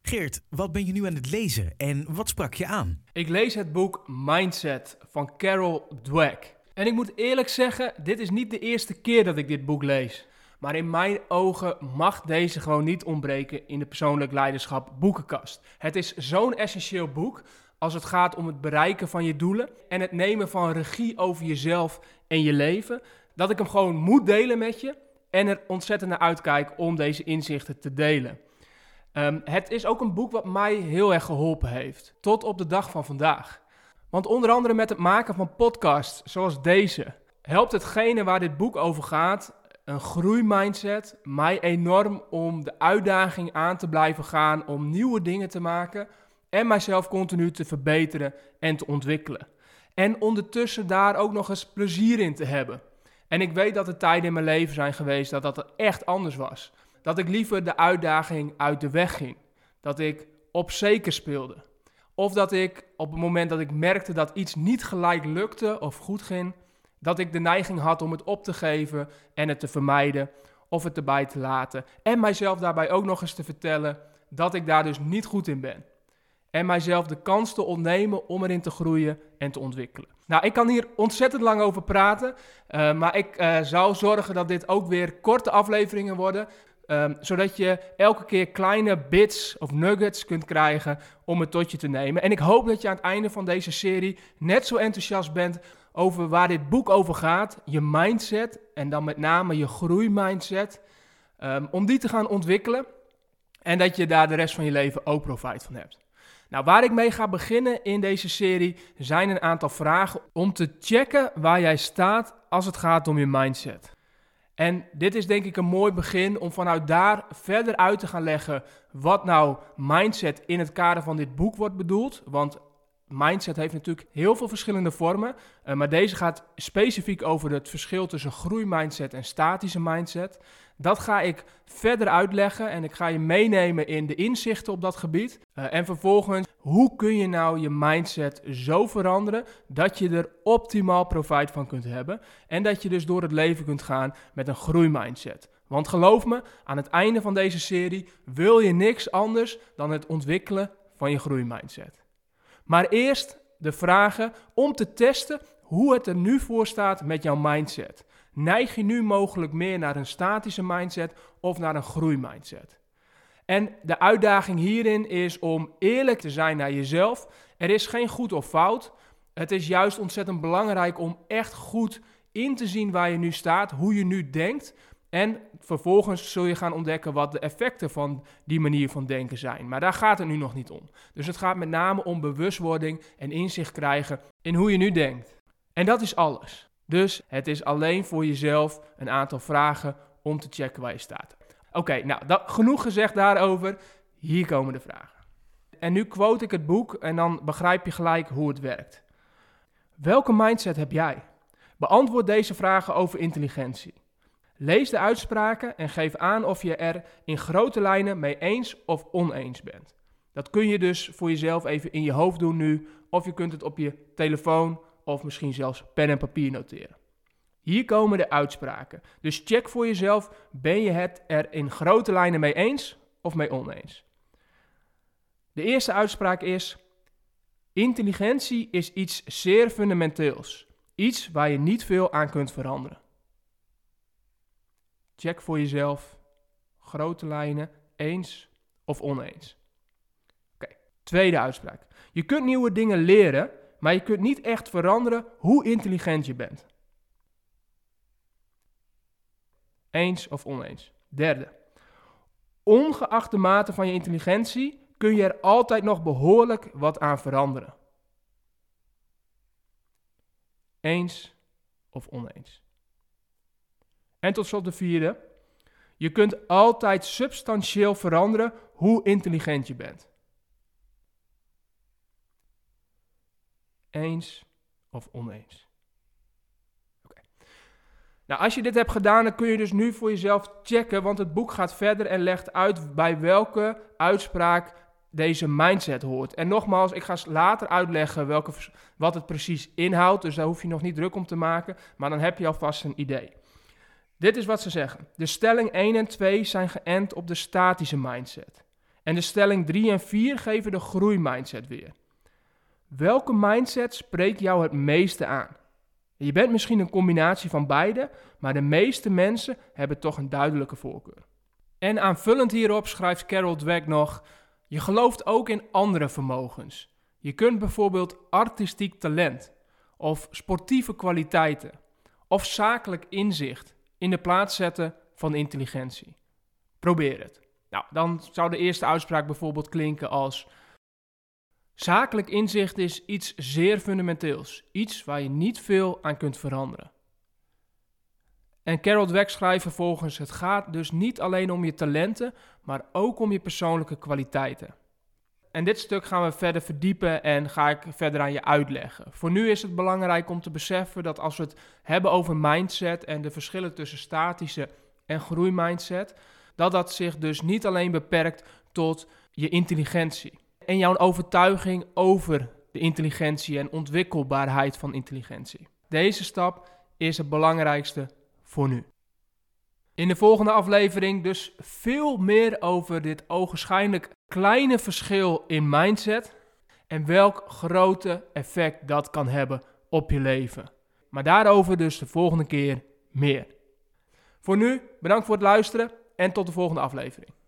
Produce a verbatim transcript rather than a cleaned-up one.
Geert, wat ben je nu aan het lezen en wat sprak je aan? Ik lees het boek Mindset van Carol Dweck. En ik moet eerlijk zeggen, dit is niet de eerste keer dat ik dit boek lees. Maar in mijn ogen mag deze gewoon niet ontbreken in de persoonlijk leiderschap boekenkast. Het is zo'n essentieel boek als het gaat om het bereiken van je doelen en het nemen van regie over jezelf en je leven, dat ik hem gewoon moet delen met je en er ontzettend naar uitkijk om deze inzichten te delen. Um, het is ook een boek wat mij heel erg geholpen heeft, tot op de dag van vandaag. Want onder andere met het maken van podcasts zoals deze, helpt hetgene waar dit boek over gaat, een groeimindset, mij enorm om de uitdaging aan te blijven gaan, om nieuwe dingen te maken en mijzelf continu te verbeteren en te ontwikkelen. En ondertussen daar ook nog eens plezier in te hebben. En ik weet dat er tijden in mijn leven zijn geweest dat dat echt anders was. Dat ik liever de uitdaging uit de weg ging. Dat ik op zeker speelde. Of dat ik op het moment dat ik merkte dat iets niet gelijk lukte of goed ging, dat ik de neiging had om het op te geven en het te vermijden of het erbij te laten. En mijzelf daarbij ook nog eens te vertellen dat ik daar dus niet goed in ben. En mijzelf de kans te ontnemen om erin te groeien en te ontwikkelen. Nou, ik kan hier ontzettend lang over praten, uh, maar ik uh, zou zorgen dat dit ook weer korte afleveringen worden, um, zodat je elke keer kleine bits of nuggets kunt krijgen om het tot je te nemen. En ik hoop dat je aan het einde van deze serie net zo enthousiast bent over waar dit boek over gaat, je mindset en dan met name je groeimindset, um, om die te gaan ontwikkelen en dat je daar de rest van je leven ook profijt van hebt. Nou, waar ik mee ga beginnen in deze serie zijn een aantal vragen om te checken waar jij staat als het gaat om je mindset. En dit is denk ik een mooi begin om vanuit daar verder uit te gaan leggen wat nou mindset in het kader van dit boek wordt bedoeld. Want mindset heeft natuurlijk heel veel verschillende vormen, uh, maar deze gaat specifiek over het verschil tussen groeimindset en statische mindset. Dat ga ik verder uitleggen en ik ga je meenemen in de inzichten op dat gebied. Uh, en vervolgens, hoe kun je nou je mindset zo veranderen dat je er optimaal profijt van kunt hebben en dat je dus door het leven kunt gaan met een groeimindset. Want geloof me, aan het einde van deze serie wil je niks anders dan het ontwikkelen van je groeimindset. Maar eerst de vragen om te testen hoe het er nu voor staat met jouw mindset. Neig je nu mogelijk meer naar een statische mindset of naar een groeimindset? En de uitdaging hierin is om eerlijk te zijn naar jezelf. Er is geen goed of fout. Het is juist ontzettend belangrijk om echt goed in te zien waar je nu staat, hoe je nu denkt. En vervolgens zul je gaan ontdekken wat de effecten van die manier van denken zijn. Maar daar gaat het nu nog niet om. Dus het gaat met name om bewustwording en inzicht krijgen in hoe je nu denkt. En dat is alles. Dus het is alleen voor jezelf een aantal vragen om te checken waar je staat. Oké, okay, nou, dat, genoeg gezegd daarover. Hier komen de vragen. En nu quote ik het boek en dan begrijp je gelijk hoe het werkt. Welke mindset heb jij? Beantwoord deze vragen over intelligentie. Lees de uitspraken en geef aan of je er in grote lijnen mee eens of oneens bent. Dat kun je dus voor jezelf even in je hoofd doen nu, of je kunt het op je telefoon of misschien zelfs pen en papier noteren. Hier komen de uitspraken. Dus check voor jezelf, ben je het er in grote lijnen mee eens of mee oneens? De eerste uitspraak is: intelligentie is iets zeer fundamenteels. Iets waar je niet veel aan kunt veranderen. Check voor jezelf, grote lijnen, eens of oneens. Oké, tweede uitspraak. Je kunt nieuwe dingen leren, maar je kunt niet echt veranderen hoe intelligent je bent. Eens of oneens. Derde. Ongeacht de mate van je intelligentie kun je er altijd nog behoorlijk wat aan veranderen. Eens of oneens. En tot slot de vierde. Je kunt altijd substantieel veranderen hoe intelligent je bent. Eens of oneens. Okay. Nou, als je dit hebt gedaan, dan kun je dus nu voor jezelf checken, want het boek gaat verder en legt uit bij welke uitspraak deze mindset hoort. En nogmaals, ik ga later uitleggen welke, wat het precies inhoudt, dus daar hoef je nog niet druk om te maken, maar dan heb je alvast een idee. Dit is wat ze zeggen. De stelling één en twee zijn geënt op de statische mindset. En de stelling drie en vier geven de groeimindset weer. Welke mindset spreekt jou het meeste aan? Je bent misschien een combinatie van beide, maar de meeste mensen hebben toch een duidelijke voorkeur. En aanvullend hierop schrijft Carol Dweck nog: je gelooft ook in andere vermogens. Je kunt bijvoorbeeld artistiek talent of sportieve kwaliteiten of zakelijk inzicht in de plaats zetten van intelligentie. Probeer het. Nou, dan zou de eerste uitspraak bijvoorbeeld klinken als: zakelijk inzicht is iets zeer fundamenteels, iets waar je niet veel aan kunt veranderen. En Carol Dweck schrijft vervolgens: het gaat dus niet alleen om je talenten, maar ook om je persoonlijke kwaliteiten. En dit stuk gaan we verder verdiepen en ga ik verder aan je uitleggen. Voor nu is het belangrijk om te beseffen dat als we het hebben over mindset en de verschillen tussen statische en groeimindset, dat dat zich dus niet alleen beperkt tot je intelligentie en jouw overtuiging over de intelligentie en ontwikkelbaarheid van intelligentie. Deze stap is het belangrijkste voor nu. In de volgende aflevering dus veel meer over dit ogenschijnlijk kleine verschil in mindset en welk grote effect dat kan hebben op je leven. Maar daarover dus de volgende keer meer. Voor nu, bedankt voor het luisteren en tot de volgende aflevering.